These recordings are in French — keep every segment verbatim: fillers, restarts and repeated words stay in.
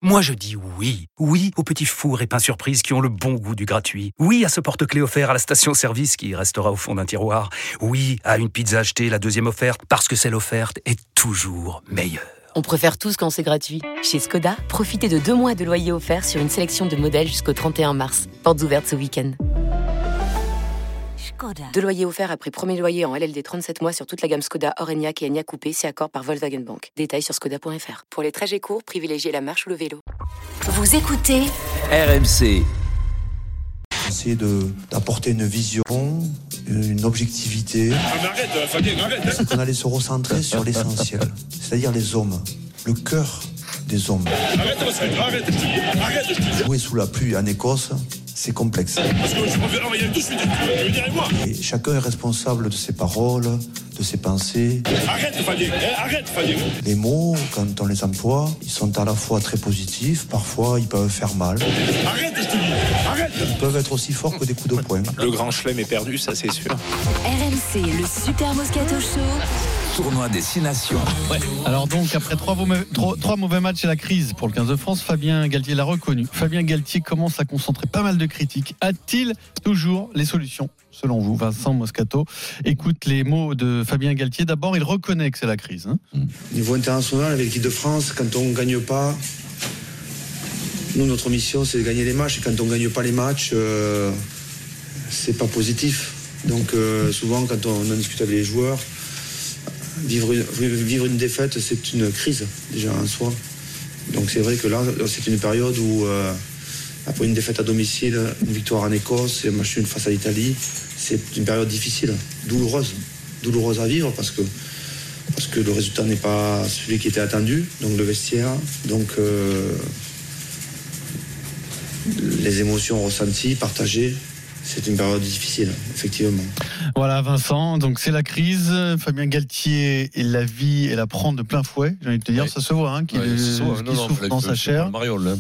Moi je dis oui. Oui aux petits fours et pains surprises qui ont le bon goût du gratuit. Oui à ce porte-clés offert à la station-service qui restera au fond d'un tiroir. Oui à une pizza achetée, la deuxième offerte, parce que celle offerte est toujours meilleure. On préfère tous quand c'est gratuit. Chez Skoda, profitez de deux mois de loyer offert sur une sélection de modèles jusqu'au trente et un mars. Portes ouvertes ce week-end. Skoda. Deux loyers offerts après premier loyer en L L D trente-sept mois sur toute la gamme Skoda, Orenia et Enyaq Coupé, si accord par Volkswagen Bank. Détails sur skoda point f r. Pour les trajets courts, privilégiez la marche ou le vélo. Vous écoutez R M C. Essayer de, d'apporter une vision, une objectivité. Ah mais arrête, Fabien, arrête hein. C'est qu'on allait se recentrer sur l'essentiel, c'est-à-dire les hommes, le cœur des hommes. Arrête parce que arrête, je te dis, arrête, je te dis. Jouer sous la pluie en Écosse, c'est complexe. Parce que je préfère envoyer tout de suite, je veux dire et moi. Et chacun est responsable de ses paroles, de ses pensées. Arrête Fabien, arrête Fabien. Les mots, quand on les emploie, ils sont à la fois très positifs, parfois ils peuvent faire mal. Arrête, je te dis, arrête. Ils peuvent être aussi forts que des coups de poing. Le grand chelem est perdu, ça c'est sûr. R M C, le Super Moscato Show. Tournoi Destination. Ouais. Alors donc, après trois mauvais, trois, trois mauvais matchs et la crise pour le quinze de France, Fabien Galtier l'a reconnu. Fabien Galtier commence à concentrer pas mal de critiques. A-t-il toujours les solutions, selon vous, Vincent Moscato? Écoute les mots de Fabien Galtier. D'abord, il reconnaît que c'est la crise. Hein. Niveau international, avec l'équipe de France, quand on ne gagne pas, nous, notre mission, c'est de gagner les matchs. Et quand on ne gagne pas les matchs, euh, c'est pas positif. Donc, euh, souvent, quand on en discute avec les joueurs, Vivre une, vivre une défaite, c'est une crise déjà en soi. Donc c'est vrai que là, c'est une période où, euh, après une défaite à domicile, une victoire en Écosse et un match nul face à l'Italie, c'est une période difficile, douloureuse, douloureuse à vivre parce que, parce que le résultat n'est pas celui qui était attendu, donc le vestiaire, donc euh, les émotions ressenties, partagées. C'est une période difficile, effectivement. Voilà, Vincent, donc c'est la crise. Fabien Galtier, il la vit et la prend de plein fouet. J'ai envie de te dire, ouais. Ça se voit, hein, qu'il, ouais, se voit. qu'il non, souffre non, dans sa chair.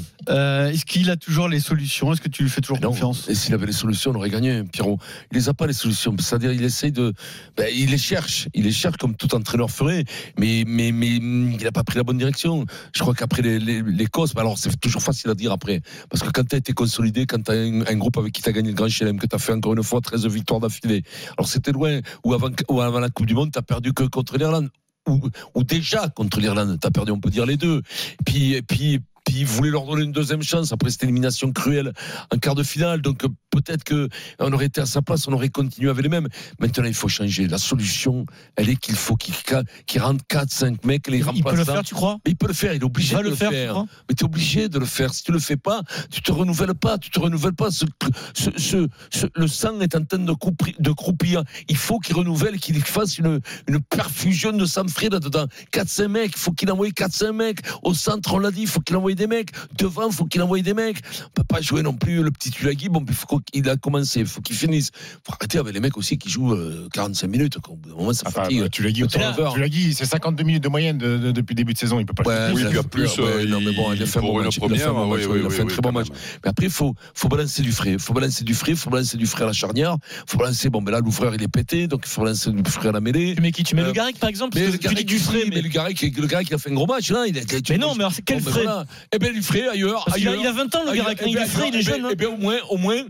Euh, est-ce qu'il a toujours les solutions? Est-ce que tu lui fais toujours non, confiance? Et s'il avait les solutions, on aurait gagné, Pierrot. Il les a pas, les solutions. C'est-à-dire, il essaye de. Ben, il les cherche. Il les cherche comme tout entraîneur ferait. Mais, mais, mais il n'a pas pris la bonne direction. Je crois qu'après les, les, l'Écosse, ben alors c'est toujours facile à dire après. Parce que quand tu as été consolidé, quand tu as un, un groupe avec qui tu as gagné le Grand Chelem, que tu as fait encore une fois treize victoires d'affilée. Alors c'était loin, ou avant, ou avant la Coupe du Monde, tu as perdu que contre l'Irlande. Ou, ou déjà contre l'Irlande, tu as perdu, on peut dire les deux. Puis, et puis, puis il voulait leur donner une deuxième chance après cette élimination cruelle en quart de finale. Donc peut-être qu'on aurait été à sa place, on aurait continué avec les mêmes. Maintenant, il faut changer. La solution, elle est qu'il faut qu'il, qu'il rentre quatre cinq mecs, les remplaçants. Il peut le faire, tu crois? Mais il peut le faire, il est obligé de le, le faire. faire. Mais tu es obligé de le faire. Si tu le fais pas, tu te renouvelles pas, tu te renouvelles pas. Ce, ce, ce, ce, le sang est en train de, croupir, de croupir. Il faut qu'il renouvelle, qu'il fasse une, une perfusion de sang frais là-dedans. quatre cinq mecs, il faut qu'il envoie quatre cinq mecs. Au centre, on l'a dit, il faut qu'il envoie des mecs. Devant, il faut qu'il envoie des mecs. On peut pas jouer non plus le petit Tulagi. Bon, il faut qu'il a commencé, il faut qu'il finisse. Il faut arrêter avec les mecs aussi qui jouent euh, quarante-cinq minutes. Au bout d'un moment, ça enfin, fatigue. Bah, Tulagi, Tulagi, c'est cinquante-deux minutes de moyenne de, de, depuis le début de saison. Il peut pas ouais, le oui, faire. Il y a plus. plus ouais, non, mais bon, il a fait un bon match. Il a fait un bon match. Il a fait un très bon match. Mais après, il faut, faut balancer du frais. Il faut balancer du frais. Il faut balancer du frais à la charnière. Il faut balancer. Bon, mais là, l'ouvreur, il est pété. Donc, il faut balancer du frais à la mêlée. Tu mets qui? Tu mets euh, le Garrick, par exemple? Mais tu dis du frais. Mais le Garrick, le Garrick, il a fait un gros match. Là, il a, mais non, mais quel frais? Eh bien, du frais ailleurs. Il a vingt ans, le Garrick. Il est frais, il est jeune. Eh bien, au moins, au moins.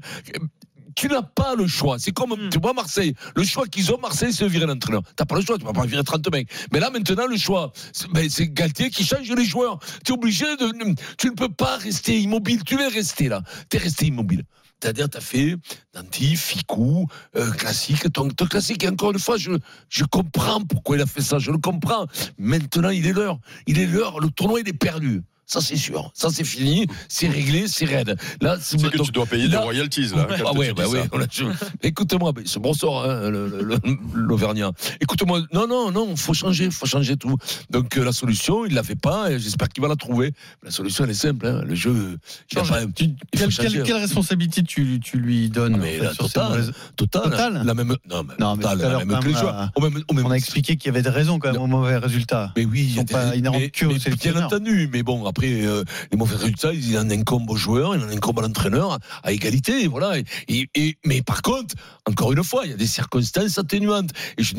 Tu n'as pas le choix. C'est comme, mm. tu vois, Marseille. Le choix qu'ils ont, Marseille, c'est de virer l'entraîneur. Tu n'as pas le choix. Tu ne vas pas virer trente mecs. Mais là, maintenant, le choix, c'est, ben, c'est Galtier qui change les joueurs. Tu es obligé de. Tu ne peux pas rester immobile. Tu es resté là. Tu es resté immobile. C'est-à-dire, tu as fait Danti, Ficou, euh, classique. Ton, ton classique, et encore une fois, je, je comprends pourquoi il a fait ça. Je le comprends. Maintenant, il est l'heure. Il est l'heure. Le tournoi, il est perdu. Ça, c'est sûr. Ça, c'est fini. C'est réglé. C'est raide. Là, c'est, c'est que donc, tu dois payer là, des royalties, là. Ah ouais, bah ouais. Je... Écoute-moi, c'est bon sort, hein, le, le, le, l'Auvergnat. Écoute-moi. Non, non, non, faut changer. Faut changer tout. Donc, euh, la solution, il l'avait pas, et j'espère qu'il va la trouver. La solution, elle est simple, hein. Le jeu, il a pas, tu, il quelle, quelle, quelle responsabilité tu, tu lui donnes? Ah, mais en fait, la totale, totale, totale. La même, non, mais, non, mais totale, la même que les joueurs. On, même, on, même, on a expliqué qu'il y avait des raisons, quand même, au mauvais résultat. Mais oui, ils sont pas inhérents que au sélectionneur. Bien entendu, mais bon, après, euh, les mauvais résultats, il en incombe aux joueurs, il en incombe à l'entraîneur, à égalité, voilà. Et, et, mais par contre, encore une fois, il y a des circonstances atténuantes. Et je ne les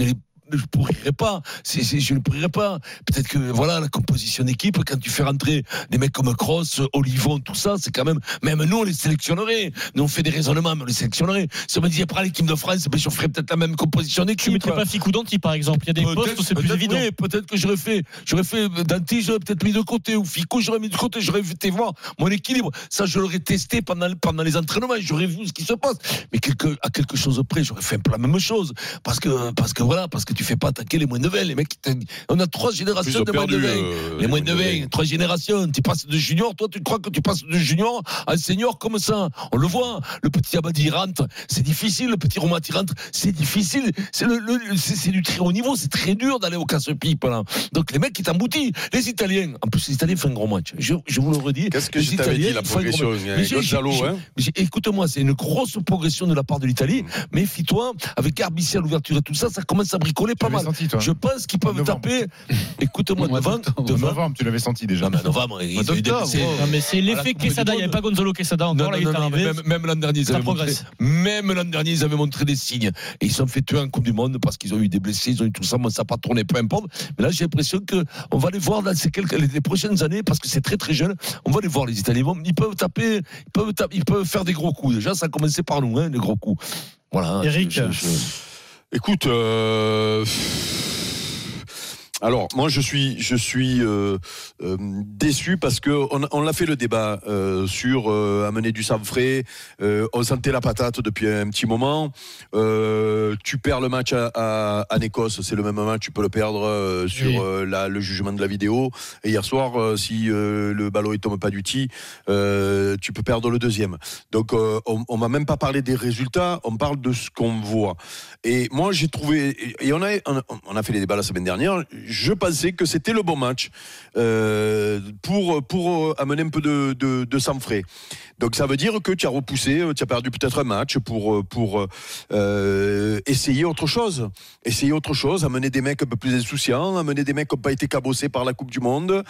je pourrirais pas. C'est, c'est, je ne pourrirais pas. Peut-être que voilà la composition d'équipe, quand tu fais rentrer des mecs comme Kroos, Olivon, tout ça, c'est quand même. Même nous on les sélectionnerait. Nous on fait des raisonnements, mais on les sélectionnerait. Si on me disait après l'équipe de France, ben, je ferais peut-être la même composition d'équipe. Tu mettrais pas Ficou Danti par exemple. Il y a des peut-être, postes où c'est plus évident. Oui, peut-être que j'aurais fait, j'aurais fait Danti, j'aurais peut-être mis de côté, ou Ficou, j'aurais mis de côté, j'aurais été voir mon équilibre. Ça, je l'aurais testé pendant pendant les entraînements. J'aurais vu ce qui se passe. Mais quelque, à quelque chose près, j'aurais fait un peu la même chose. Parce que, parce que voilà, parce que tu fais pas attaquer les moins de vingt. Les mecs, on a trois générations de moins de vingt. Euh, les moins de vingt, trois générations. Tu passes de junior, toi, tu crois que tu passes de junior à senior comme ça. On le voit. Le petit Abadi rentre, c'est difficile. Le petit Romati rentre, c'est difficile. C'est le, le c'est, c'est du très haut niveau. C'est très dur d'aller au casse-pipe, là. Donc, les mecs, ils t'emboutillent. Les Italiens, en plus, les Italiens font un gros match. Je, je vous le redis. Qu'est-ce que je t'avais dit, la progression? Gonzalo, hein? Écoute-moi, c'est une grosse progression de la part de l'Italie. Méfie-toi, avec Garbici à l'ouverture et tout ça, ça commence à bricoler pas mal. Senti, je pense qu'ils peuvent taper. Écoute-moi, novembre, novembre, tu l'avais senti déjà. Non, mais novembre, il y a eu des blessés. Non, mais c'est l'effet Quesada. Il n'y avait pas Gonzalo Quesada encore. Non, non, non, même, même l'an dernier, ils avaient montré, même l'an dernier, ils avaient montré des signes. Et ils se sont fait tuer en Coupe du Monde parce qu'ils ont eu des blessés, ils ont eu tout ça. Moi, ça n'a pas tourné, peu importe. Mais là, j'ai l'impression qu'on va les voir dans ces quelques, les prochaines années parce que c'est très très jeune. On va les voir, les Italiens. Ils peuvent taper, ils peuvent, taper, ils peuvent faire des gros coups. Déjà, ça a commencé par nous, hein, les gros coups. Voilà. Eric, je, je, je... écoute, euh... alors moi je suis je suis euh, euh, déçu parce que on, on l'a fait le débat euh, sur euh, amener du sang frais. Euh, on sentait la patate depuis un petit moment. Euh, tu perds le match à, à, en Écosse, c'est le même match, tu peux le perdre euh, sur oui. euh, la, le jugement de la vidéo. Et hier soir, euh, si euh, le ballon ne tombe pas du tee, euh, tu peux perdre le deuxième. Donc euh, on, on m'a même pas parlé des résultats, on parle de ce qu'on voit. Et moi j'ai trouvé, et on a on a fait les débats la semaine dernière. Je pensais que c'était le bon match euh, pour, pour amener un peu de, de, de sang frais. Donc ça veut dire que tu as repoussé, tu as perdu peut-être un match pour, pour euh, essayer autre chose. Essayer autre chose, amener des mecs un peu plus insouciants, amener des mecs qui n'ont pas été cabossés par la Coupe du Monde.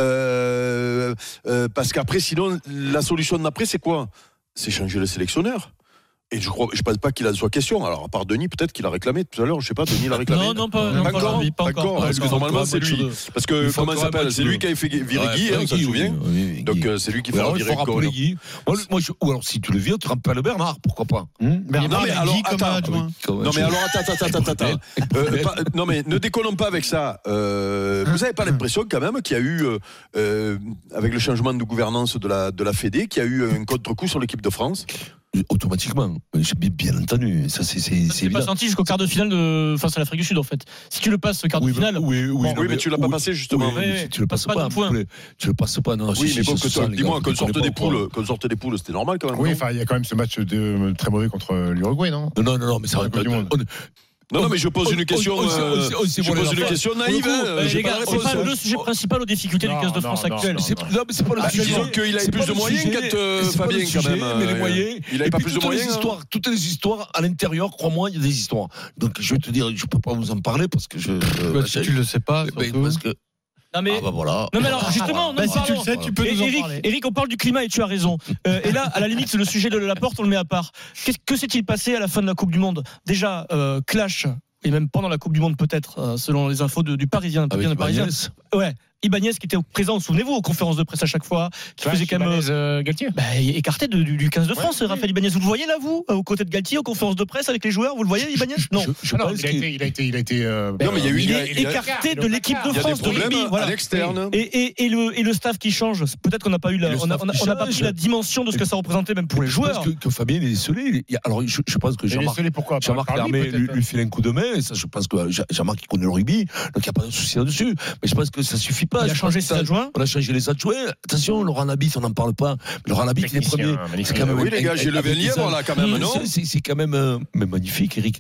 Euh, euh, parce qu'après, sinon, la solution d'après, c'est quoi ? C'est changer le sélectionneur. Et je crois, je pense pas qu'il en soit question. Alors, à part Denis, peut-être qu'il a réclamé tout à l'heure. Je sais pas, Denis l'a réclamé. Non, non, pas, non, pas encore. Pas encore. Parce que normalement, c'est lui. Parce que, comment il s'appelle ? C'est lui qui avait fait virer Guy, on se souvient. Donc, c'est lui qui fait virer Guy. Moi, ou alors, si tu le viens, tu rappelles Bernard, pourquoi pas ? Non, mais alors, attends. Non, mais alors, attends, attends, attends, attends. Non, mais ne déconnons pas avec ça. Vous n'avez pas l'impression, quand même, qu'il y a eu, avec le changement de gouvernance de la, de la Fédé, qu'il y a eu un contre-coup sur l'équipe de France ? Automatiquement, j'ai bien entendu. Ça, c'est, c'est, c'est pas senti jusqu'au quart de finale de face à l'Afrique du Sud, en fait. Si tu le passes au quart de oui, finale. Oui, oui, bon, oui, mais, mais tu l'as oui, pas passé justement. Oui, oui, tu le passes pas. pas tu le passes pas. Non, oui, si, mais si, bon, si, que toi, dis-moi, qu'on sorte des poules, qu'on sorte des poules, c'était normal quand même. Oui, enfin, il y a quand même ce match de, très mauvais contre l'Uruguay, non ? Non, non, non, mais ça va pas. Non, non, mais je pose une question. Euh, je pose une question naïve. Euh, les gars, c'est pas le sujet principal aux difficultés du quinze de France actuelle. C'est non, mais c'est pas le sujet. Disons qu'il avait plus de moyens quand Fabien, quand même. Mais les moyens. Il avait pas plus de moyens. Histoires, toutes les histoires à l'intérieur, crois-moi, il y a des histoires. Donc je vais te dire, je peux pas vous en parler parce que je. Si tu le sais pas, parce que. Non mais, ah bah voilà. non mais alors justement, bah non, si tu le sais, tu peux nous en Eric, parler. Eric, on parle du climat et tu as raison. Euh, et là, à la limite, le sujet de Laporte, on le met à part. Qu'est-ce que s'est-il passé à la fin de la Coupe du Monde ? Déjà, euh, clash, et même pendant la Coupe du Monde peut-être, euh, selon les infos de, du Parisien, Avec de Parisien. Ouais. Ibanez qui était présent, souvenez-vous, aux conférences de presse à chaque fois, qui ouais, faisait quand même euh, Galtier. Bah, écarté de, du, du quinze de France, ouais, Raphaël Ibanez. Vous le voyez là, vous, aux côtés de Galtier, aux conférences de presse avec les joueurs, vous le voyez, Ibanez ? Non. Je, je, je ah non il, a été, il a été, il a été. Euh, non, mais il y a eu il est il écarté a, de l'équipe de France de rugby, voilà. À l'externe. Et, et, et le et le staff qui change. Peut-être qu'on n'a pas eu la, on n'a pas pris la dimension de ce que ça représentait même pour les joueurs. Je pense que Fabien il est scellé. Alors je, je pense que Jean-Marc, Jean-Marc Hermé lui, lui file un coup de main. Ça, je pense que Jean-Marc il connaît le rugby, donc il n'y a pas de souci là-dessus. Mais je pense que ça suffit pas. Il a changé ses adjoints. On a changé les adjoints. Attention, Laurent Labitte, on n'en parle pas. Laurent Labitte, il est premier. C'est quand même oui, les gars, j'ai levé le lièvre là, quand même, non ? C'est quand même magnifique, Eric.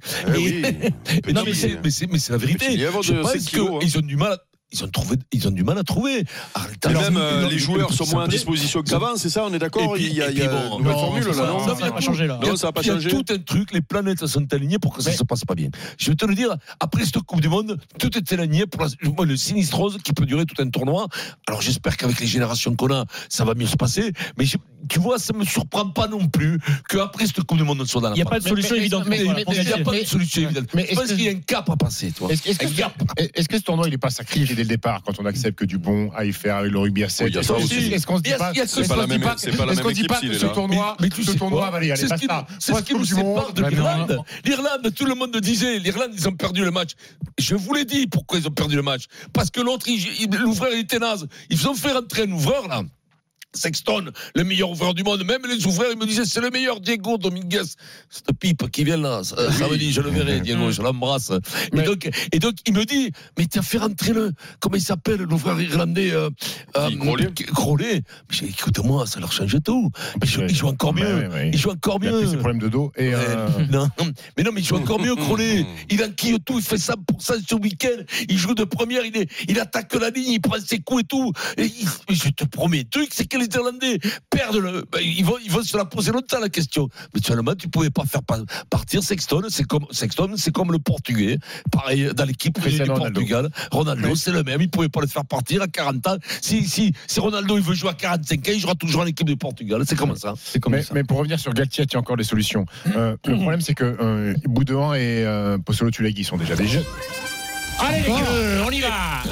Non, mais c'est la vérité. Je pense qu'ils ont du mal. Ils ont, trouvé, ils ont du mal à trouver. Arrête, alors, même euh, les joueurs sont moins à disposition qu'avant, c'est ça, on est d'accord ? Il y a, il y a bon, une nouvelle formule là, non ? Ça n'a pas changé là. Non, ça n'a pas changé. Il y a tout un truc, les planètes sont alignées pour que ça ne se passe pas bien. Je vais te le dire, après cette Coupe du Monde, tout est aligné pour la, le sinistrose qui peut durer tout un tournoi. Alors j'espère qu'avec les générations qu'on a, ça va mieux se passer. Mais je, tu vois, ça me surprend pas non plus qu'après cette Coupe du Monde, on soit dans la Il n'y a pas de solution évidente. Il n'y a pas de solution évidente. Mais Je pense qu'il y a un cap à passer, toi. Est-ce, est-ce, que, est-ce que ce tournoi, il n'est pas sacrifié dès le départ quand on accepte que du bon à y faire avec le rugby à sept? Oui, il y a ça aussi. Est-ce qu'on se dit pas que c'est pas la même équipe que ce tournoi, ce tournoi va aller, allez, c'est ce qui, basta. c'est ce qui nous sépare de l'Irlande. L'Irlande, tout le monde disait, l'Irlande, ils ont perdu le match. Je vous l'ai dit pourquoi ils ont perdu le match. Parce que l'autre, il, il, l'ouvreur, il était naze. Ils ont fait rentrer un ouvreur, là. Sexton, le meilleur ouvreur du monde. Même les ouvreurs, ils me disaient, c'est le meilleur Diego Dominguez. Cette pipe qui vient là, ça, oui. ça me dit, je le verrai, Diego, je l'embrasse. Mais... Et, donc, et donc, il me dit, mais tu as fait rentrer le, comment il s'appelle, l'ouvreur irlandais, euh, euh, Crowley. J'ai dit, écoute-moi, ça leur change tout. Il joue, il joue encore mieux. Ouais, ouais. Il joue encore mieux. Il a plus ses problèmes de dos. Et euh... non, mais non, mais il joue encore mieux, Crowley. Il enquille tout, il fait cent pour cent ce week-end. Il joue de première, il, est, il attaque la ligne, il prend ses coups et tout. Et il, je te promets, le truc, c'est que les Irlandais perdent le. Ben, ils, vont, ils vont se la poser longtemps la question. Mais seulement, tu ne pouvais pas faire partir Sexton. C'est comme, Sexton, c'est comme le Portugais. Pareil, dans l'équipe du Ronaldo. Portugal. Ronaldo, oui. C'est le même. Il ne pouvait pas le faire partir à quarante ans. Si, si, si Ronaldo il veut jouer à quarante-cinq ans, il jouera toujours à l'équipe du Portugal. C'est comme ça. C'est comme mais, ça. Mais pour revenir sur Galtier, il y a encore des solutions. Euh, le problème, c'est que euh, Boudouin et euh, Pozzolo Tulagi sont déjà des jeunes. Allez les gars, on y va.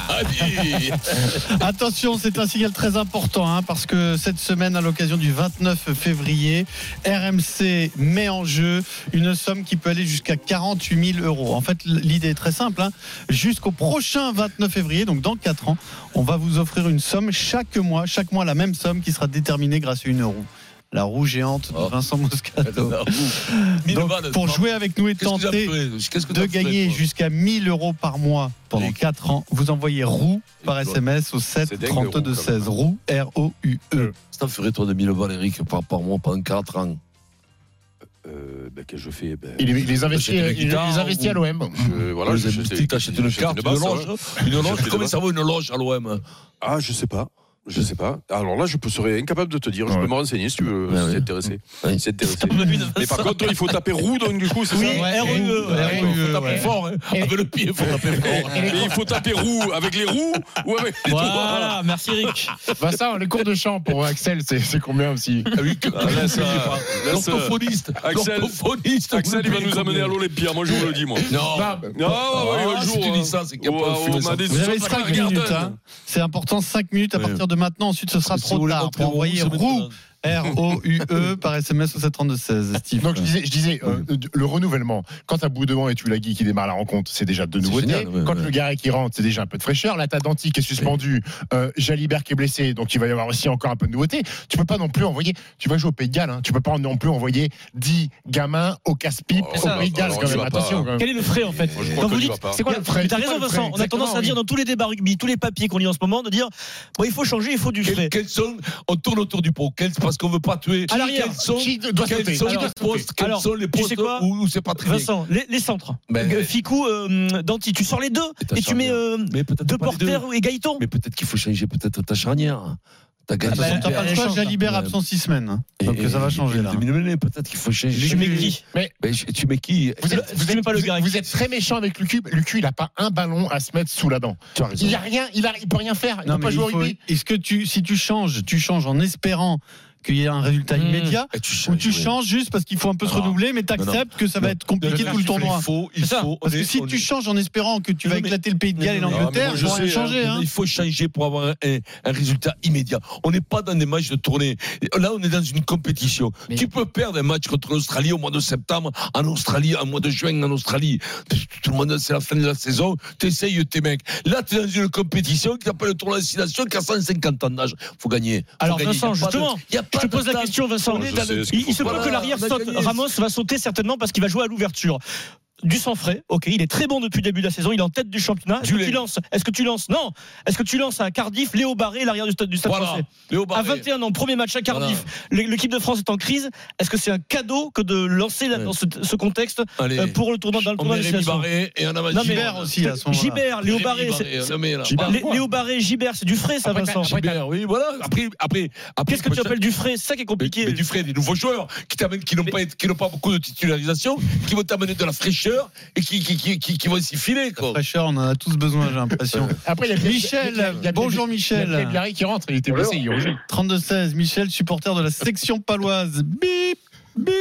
Attention, c'est un signal très important hein, parce que cette semaine, à l'occasion du vingt-neuf février, R M C met en jeu une somme qui peut aller jusqu'à quarante-huit mille euros. En fait, l'idée est très simple. Hein. Jusqu'au prochain vingt-neuf février, donc dans quatre ans, on va vous offrir une somme chaque mois, chaque mois la même somme qui sera déterminée grâce à une roue. La roue géante de Vincent Moscato. Donc, pour jouer avec nous et tenter de gagner fait, jusqu'à mille euros par mois pendant quatre ans, vous envoyez roue par S M S au sept trente-deux seize. Roue, R O U E. Ça ferait toi de mille balles, Eric, par, par mois pendant quatre ans. Euh, ben, qu'est-ce que je fais ben, il, il les investit, il les investit à l'O M. Je, voilà, je, je, tu t'achètes une carte, une loge. Une loge, comment ça vaut une loge à l'O M? Ah, je sais pas. Je sais pas. Alors là, je serais incapable de te dire. Je ouais. peux me renseigner si tu veux. Ouais, si ouais. t'es intéressé. Ouais. Si t'es intéressé. Mais par contre, il faut taper roue, donc du coup, c'est oui, ça. R E E. Il faut taper fort. Hein. Avec le pied, il faut taper fort. Mais il faut taper roue avec les roues ou avec les voilà, doigts. Voilà, merci Eric. Bah ça, les cours de chant pour Axel, c'est, c'est combien aussi? Ah oui, que ah, ça, l'orthophoniste. Axel, l'orthophoniste. Axel, il va nous amener à l'Olympia. Moi, je vous le dis, moi. Non. Non, un jour. Si tu dis ça, c'est qu'il n'y a pas de Vous avez cinq minutes. C'est important, cinq minutes. À partir de maintenant, ensuite, ce sera trop tard pour envoyer roue R O U E par S M S au sept trente-deux seize. Steve. Donc je disais, je disais euh, le renouvellement, quand à Boudouin et Tulagi qui démarrent la rencontre, c'est déjà de nouveautés. Génial, ouais, quand ouais. le Garret qui rentre, c'est déjà un peu de fraîcheur. Là, t'as Danti qui est suspendu, euh, Jalibert qui est blessé, donc il va y avoir aussi encore un peu de nouveauté. Tu peux pas non plus envoyer, tu vas jouer au Pays de Galles, hein, tu peux pas non plus envoyer dix gamins au casse-pipe oh, au Pays de Galles. Quand même. Attention. Quand même. Quel est le frais en fait? Quand vous dites, c'est quoi le frais? T'as raison, Vincent. On a tendance à dire dans tous les débats rugby, tous les papiers qu'on lit en ce moment, de dire bon, il faut changer, il faut du frais. Quels sont, on tourne autour du pot, parce qu'on veut pas tuer. À l'arrière, quels sont, qui doit quels sont alors, les postes, quels alors, sont les postes tu sais quoi où, où c'est pas très Vincent, les, les centres. Ben, euh, Ficou, euh, Danti, tu sors les deux et, et tu mets euh, deux porteurs et Gaëtan. Mais peut-être qu'il faut changer peut-être ta charnière. T'as gagné. Ah bah, t'as pas le choix, Jalibert absent six semaines. Donc et, ça va changer et, là. Peut-être qu'il faut changer. Tu mets qui? Mais tu mets qui? Vous êtes, vous êtes, pas le vous êtes très méchant avec Lucu. Lucu, il a pas un ballon à se mettre sous la dent. Il y a rien, il a, il peut rien faire. Il non, peut pas jouer au rugby. Est-ce que tu, si tu changes, tu changes en espérant qu'il y ait un résultat mmh. immédiat tu ou tu changes juste parce qu'il faut un peu se renouveler mais t'acceptes que ça va être compliqué tout le tournoi. Il faut, il faut, parce que si tu changes en espérant que tu vas éclater le Pays de Galles et l'Angleterre, il faut rien changer. Il faut changer pour avoir un, un résultat immédiat. On n'est pas dans des matchs de tournée. Là, on est dans une compétition. Mais tu peux perdre un match contre l'Australie au mois de septembre, en Australie, en mois de juin en Australie. Tout le monde, c'est la fin de la saison. T'essayes tes mecs. Là, t'es dans une compétition qui s'appelle le tournoi de destination qui a cent cinquante ans d'âge. Faut gagner. Alors Vincent, justement, je te pose la question, Vincent. Il, il se peut que l'arrière saute. Ramos va sauter certainement parce qu'il va jouer à l'ouverture. Du sang frais, ok, il est très bon depuis le début de la saison, il est en tête du championnat. Est-ce que tu lances Est-ce que tu lances Non. Est-ce que tu lances à Cardiff Léo Barré, l'arrière du stade, du stade voilà. français Léo Barré. À vingt et un ans, premier match à Cardiff. Voilà. L'équipe de France est en crise. Est-ce que c'est un cadeau que de lancer ouais. dans ce, ce contexte Allez. pour le tournoi dans le tournoi de destination Barré et on a non, Gibert aussi à son Gibert, Léo Barré, Léo Barré, Gibert, c'est du frais ça, Vincent. Gibert, oui, voilà. Après, après, qu'est-ce que tu appelles du frais? C'est ça qui est compliqué. Du frais, des nouveaux joueurs qui t'amènent, qui n'ont pas, qui n'ont pas beaucoup de titularisation, qui vont t'amener de la fraîcheur. fraîcheur et qui, qui, qui, qui, qui vont s'y filer. Quoi. La fraîcheur, on en a tous besoin, j'ai l'impression. Après, il y a Michel, il y a- il y a- bonjour il y a Michel. Gary qui rentre, il était blessé, il rejoue. trente-deux seize, Michel, supporter de la section paloise. Bip, bip,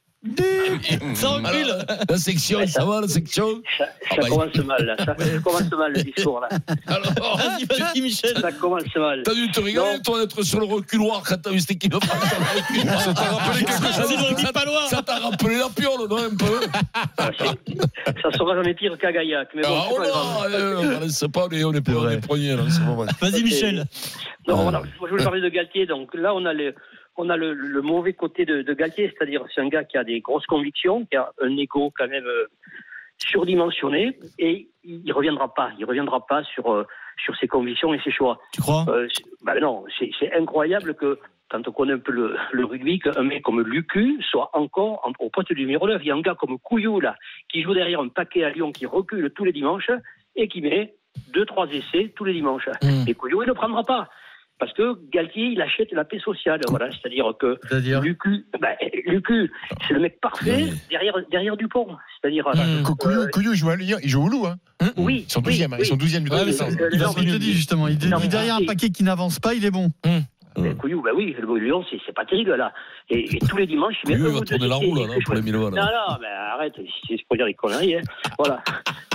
bip. Ça recule. La section, ça va la section Ça, ça bah, commence mal, là. Ça, ça commence mal, le discours, là. Alors, Vas-y, vas-y, Michel. Ça commence mal. t'as dû te régaler, Non. toi, d'être sur le reculoir quand t'as vu cette équipe de France. Ça t'a rappelé quelque Ça, c'est chose le rugby palois. Ça t'a rappelé la piole, non, un peu Ah, c'est- ça sera jamais pire qu'à Gaillac. Mais bon, Ah, c'est oh pas grave. là, euh, on ne sait pas, on est, on est pas on est premiers, là, en ce moment. Vas-y, Michel. Non, voilà, moi, je voulais parler de Galtier. Donc là, on a le, on a le, le mauvais côté de, de Galtier, c'est-à-dire c'est un gars qui a des grosses convictions, qui a un ego quand même euh, surdimensionné, et il ne reviendra pas. Il reviendra pas sur euh, sur ses convictions et ses choix. Tu crois euh, ben non, c'est, c'est incroyable que quand on connaît un peu le, le rugby, qu'un mec comme Lucu soit encore en, au poste du numéro neuf. Il y a un gars comme Couillou, là, qui joue derrière un paquet à Lyon, qui recule tous les dimanches et qui met deux, trois essais tous les dimanches. Mmh. Et Couillou, il ne le prendra pas. Parce que Galtier, il achète la paix sociale. Voilà. C'est-à-dire que C'est-à-dire Lucu, ben, Lucu, c'est le mec parfait Oui. derrière, derrière Dupont. C'est-à-dire. Mmh. Cou- Couillou, Couillou, il joue à Lyon, il joue au Loup. Hein. Oui. Ils sont douzième, oui, ils sont douzième du Ouais, top mais dix. c'est- Euh, Il non, a te dit justement, il dit Non, mais- derrière un paquet qui n'avance pas, il est bon. mais Couillou, ben oui, le Lyon, c'est, c'est pas terrible, là. Et, et tous les dimanches, il met Couillou, un il va ou deux tourner la essais, roue, là, et non, quelque pour les chose. mille balles, là. Non, non, mais arrête, c'est pour dire les conneries, hein. Voilà.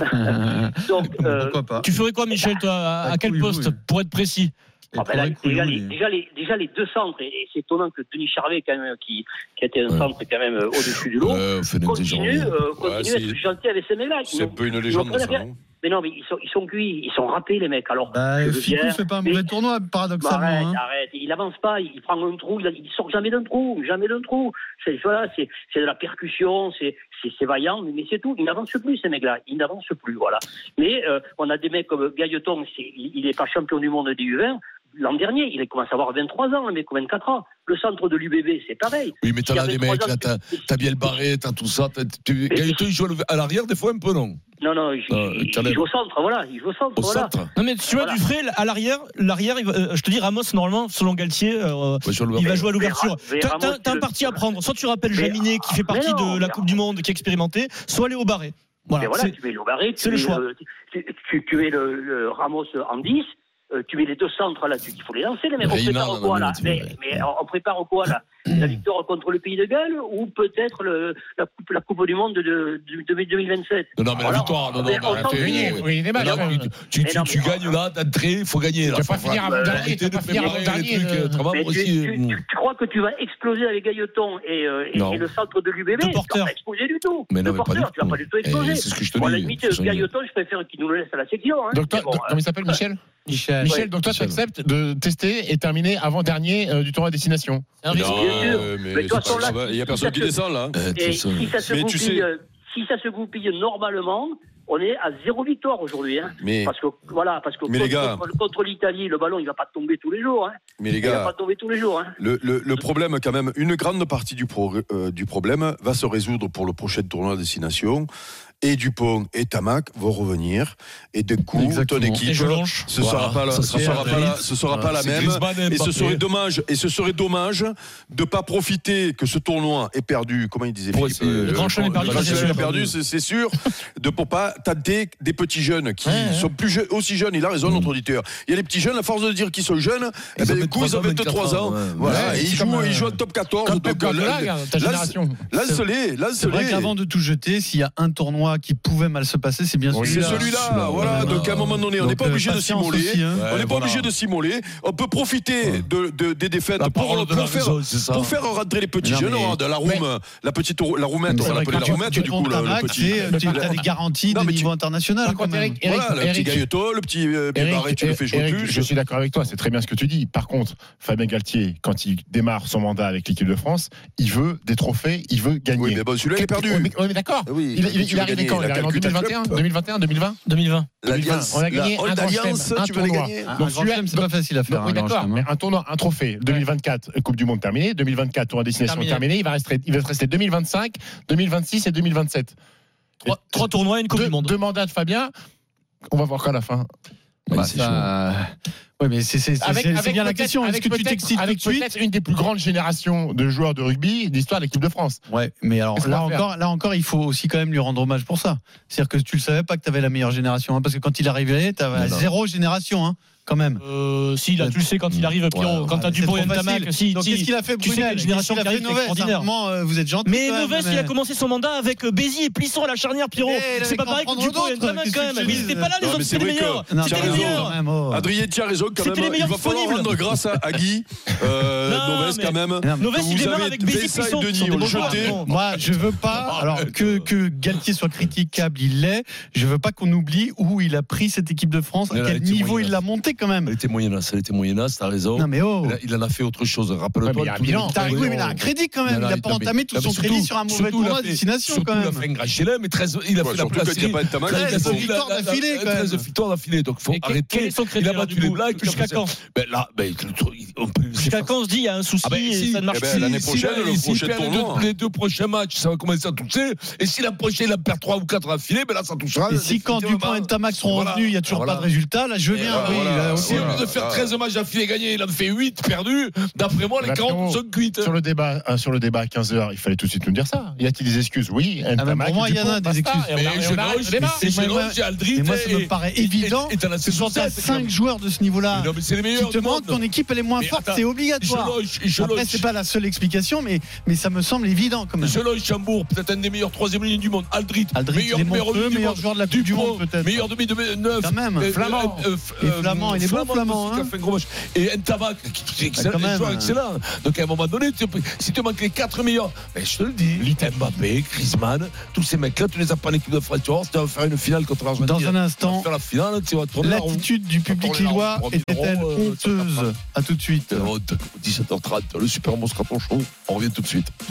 Donc, euh, Pourquoi pas Tu ferais quoi, Michel, toi À, à Ah, quel Couillou, poste, oui. pour être précis ah ben là, déjà, les, déjà, les, déjà les deux centres, et, et c'est étonnant que Denis Charvet, quand même, qui, qui était un Ouais. centre quand même euh, au-dessus du lot, Ouais, fait continue, euh, continue Ouais, à c'est- être gentil avec ces mecs-là. C'est un peu une légende, ça, non? Mais non, mais ils sont, ils sont cuits, ils sont râpés, les mecs. Alors, Bah, je veux Ficou bien, fait pas un mais- mauvais tournoi, Bah, paradoxalement. arrête, hein. arrête, il avance pas, il prend un trou, il, il sort jamais d'un trou, jamais d'un trou. C'est, voilà, c'est, c'est de la percussion, c'est, c'est, c'est vaillant, mais c'est tout. Il n'avance plus, ces mecs-là, ils n'avancent plus, voilà. Mais euh, on a des mecs comme Gailleton, c'est, il n'est pas champion du monde des U vingt. L'an dernier, il commence à avoir vingt-trois ans, le mec, ou vingt-quatre ans. Le centre de l'U B B, c'est pareil. Oui, mais t'as Il y là a des vingt-trois mecs, ans, là, t'as, c'est- t'as bien le barré, t'as tout ça. T'as, tu, Gaëtan, il joue à l'arrière, des fois un peu, non Non, non, il, Non, il- Caleb. il joue au centre, voilà, il joue au centre, Au voilà. centre Non, mais tu vois, Voilà. Dufray, à l'arrière, l'arrière il va- euh, je te dis, Ramos, normalement, selon Galtier, euh, Ouais, sur le il va barré. jouer à l'ouverture. Mais T'as, Ramos, t'as- t'as un le- parti à prendre. Soit tu rappelles Mais- Jaminet, qui fait mais partie non, de la mais- Coupe du Monde, qui est expérimenté, soit Léo Barré. Voilà, Mais voilà, c'est- tu mets Lobaré, c'est tu, le mets, choix. euh, tu, tu, tu mets le, le Ramos en dix, euh, tu mets les deux centres là, tu, il faut les lancer les mecs. On Reina, prépare non, quoi non, là tu mais, vois, mais on prépare quoi là La victoire contre le Pays de Galles ou peut-être le, la, coupe, la Coupe du Monde de, de, de deux mille vingt-sept? Non, non, mais la Alors, victoire, non, non, mais mais on arrêtez. s'en fout. Oui, oui, des matchs, Là, hein. tu, tu, Mais non, tu mais- gagnes là, d'entrée, il faut gagner. Tu Là, vas pas faut finir faire- avant arrêtez dernier, tu de vas pas finir préparer avant les dernier, trucs, euh, euh, Travail, Mais moi tu, aussi. tu, euh, tu, tu crois que tu vas exploser avec Gailleton et, euh, et, Non. et le centre de l'U B B? Deux Tu porteurs. vas pas exploser du tout. Mais non, Deux mais pas porteurs, du tu vas tout. pas du tout Et exploser. c'est ce que je te Bon, à la dis, limite, c'est ça. Gailleton, je préfère qu'il nous le laisse à la section. Hein. Donc, toi, Mais bon, donc, comment il s'appelle, Michel Michel. Michel, donc toi, tu Michel. acceptes de tester et terminer avant-dernier euh, du tournoi à destination. un risque. Non, Bien sûr. euh, Mais mais de toute c'est façon, pas là, grave, il n'y a si personne ça qui se- descend là. Euh, Et tout ça. si ça se Mais tu goupille, sais- euh, si ça se goupille normalement, on est à zéro victoire aujourd'hui. Hein. Mais, Parce que voilà, parce que Mais contre, les gars- contre, contre l'Italie, le ballon il va pas tomber tous les jours. Hein. mais les Il va gars, pas tomber tous les jours. Hein. le, le, le problème, quand même, une grande partie du, pro- euh, du problème va se résoudre pour le prochain tournoi à destination. Et Dupont et Tamac vont revenir. Et d'un coup, Exactement. ton Et équipe, Jelonche. ce Voilà, sera pas la, ça ce sera sera pas pas la, Madrid. ce sera Voilà, pas la c'est même. Griezmann et Et ce Mbappé. serait dommage, et ce serait dommage de pas profiter que ce tournoi est perdu. Comment il disait Pour Philippe, essayer, euh, le Grand Chelem est perdu, le Grand c'est Chelem sûr. est perdu, c'est c'est sûr. De pour pas tenter des petits jeunes qui Ouais, ouais. sont plus jeunes, aussi jeunes. Il a raison, notre auditeur. Il y a les petits jeunes, à force de dire qu'ils sont jeunes, eh Ils ben, ont du coup, ils ont vingt-trois vingt-trois ans. ans, ouais. Voilà, Ouais, et ils c'est jouent, comme, ils euh, jouent en top quatorze. Comme Donc, Pep Guardiola, là, ta là, génération. lance-les, C'est vrai lance-les. qu'avant de tout jeter, s'il y a un tournoi qui pouvait mal se passer, c'est bien Oui, C'est celui-là. celui-là, celui-là, voilà. voilà. Donc à un moment donné, on Donc, n'est pas euh, obligé de patience s'immoler. aussi, hein. On n'est pas voilà. obligé de s'immoler. On peut profiter Ouais. de, de- des défaites La pour, parole de la pour faire, raison, c'est ça. pour faire rentrer les petits Non, jeunes. mais- on a de la room, la petite la roumette, Mais on c'est va vrai l'appeler que la tu- roumette tu du prends coup, le, le Tamac, petit. c'est- tu as des garanties Non, de mais niveau tu- international. Par quand contre, même. Eric, Eric, Voilà, le petit Eric, Gailleton, le petit euh, Eric, Barré, tu le fais jouer Eric, plus. je suis d'accord avec toi, c'est très bien ce que tu dis. Par contre, Fabien Galtier, quand il démarre son mandat avec l'équipe de France, il veut des trophées, il veut gagner. Oui, mais bon, celui-là, il est perdu. Oui, mais, oui, mais d'accord. Oui, il, mais il, tu il veux est arrivé gagner quand Il la est arrivé en Calcutta deux mille vingt et un, Cup. deux mille vingt et un, deux mille vingt deux mille vingt. L'Alliance, On a gagné la un Old grand chelem, Alliance, un tu veux les tournoi. gagner Un Donc, grand celui-là- chelem, c'est pas facile à faire. Oui, un grand d'accord, chelem, mais hein. un tournoi, un trophée. deux mille vingt-quatre, Coupe du Monde terminée. deux mille vingt-quatre, tournoi à destination Terminé. terminé. Il va rester, il va rester deux mille vingt-cinq, deux mille vingt-six et deux mille vingt-sept. Trois, trois tournois et une Coupe deux, du Monde. deux mandats de Fabien. On va voir qu'à la fin. Bah, ça... Oui, mais c'est, c'est, avec, c'est, avec c'est bien la question. Est-ce que tu t'excites tout de suite peut-être une des plus grandes générations de joueurs de rugby d'histoire de l'équipe de France. Ouais, mais alors là encore, là encore, il faut aussi quand même lui rendre hommage pour ça. C'est-à-dire que tu le savais pas que tu avais la meilleure génération, hein, parce que quand il arrivait, tu avais zéro génération. Hein. Quand même. Euh, si, là, tu le sais quand il arrive, Pierrot. Ouais, quand t'as Dupont et Ntamak, si. Donc, qu'est-ce qu'il a fait, Brunel? Tu sais génération qui arrive extraordinaire. Euh, vous êtes gentil. Mais Novès, il a commencé son mandat avec Bézi et Plisson à la charnière, Pierrot. C'est pas pareil que Dupont et Ntamak, quand même. Mais c'était pas là, les autres, c'était les meilleurs. C'était les meilleurs. Adrien, tu as raison, quand même. Il va falloir rendre grâce à Guy. Novès, quand même. Novès, il démarre avec Bézi et Plisson. Moi, je veux pas, alors que Galtier soit critiquable, il l'est. Je veux pas qu'on oublie où il a pris cette équipe de France, à quel niveau il l'a monté, quand même. Elle était moyenne. Ça a été moyennasse, t'as raison. Non, mais oh. il, en a fait autre chose. Rappelle-toi. Ouais, il, a un bilan. Oui, mais il a un crédit quand même. Il n'a pas entamé tout son crédit sur un mauvais tournoi à destination quand même. Il a fait un grand chelem, mais treize, il a fait la place. Il n'y a pas de treize victoires d'affilée quand même. treize victoires d'affilée. Donc faut arrêter. Il a battu les blagues. Jusqu'à quand? Là, jusqu'à quand on se dit il y a un souci et ça ne marche pas. L'année prochaine, le prochain tournoi. Les deux prochains matchs, ça va commencer à toucher. Et si la prochaine, il en perd trois ou quatre d'affilée, ben là, ça touchera. Et si quand Dupont et Ntamak seront revenus, il n'y a toujours pas de résultat, là, je viens. Si au lieu de faire treize matchs d'affilée gagnés, il en fait huit perdus. D'après moi, les quarante sont cuites. Sur le débat, euh, sur le débat à quinze heures, il fallait tout de suite nous dire ça. Y a-t-il des excuses? Oui. Ah ben pour moi, il y en a des excuses. Mais je loge Aldrit. Et moi, ça me paraît évident. Que quand tu as cinq joueurs de ce niveau-là, tu te demandes ton équipe elle est moins forte, c'est obligatoire. Après, c'est pas la seule explication, mais mais ça me semble évident quand même. Je loge Chambourg, peut-être un des meilleurs troisième lignes du monde. Aldrit, meilleur meilleur joueur de la Coupe du Monde peut-être. Meilleur demi de neuf. Quand même. Flamand. Et Flamand, il est bon Flamand. Et Ntamak, qui est excellent, joueur excellent. Donc à un moment donné, si tu manques les quatre meilleurs, ben je te le dis, Mbappé, Griezmann, tous ces mecs-là, tu les as pas en équipe de France. Tu vas faire une finale contre l'Argentine. Dans un instant, faire la finale, tu vas te l'attitude du public lillois était-elle honteuse? À tout de suite. dix-sept heures trente, le Super Moscato Show. On revient tout de suite.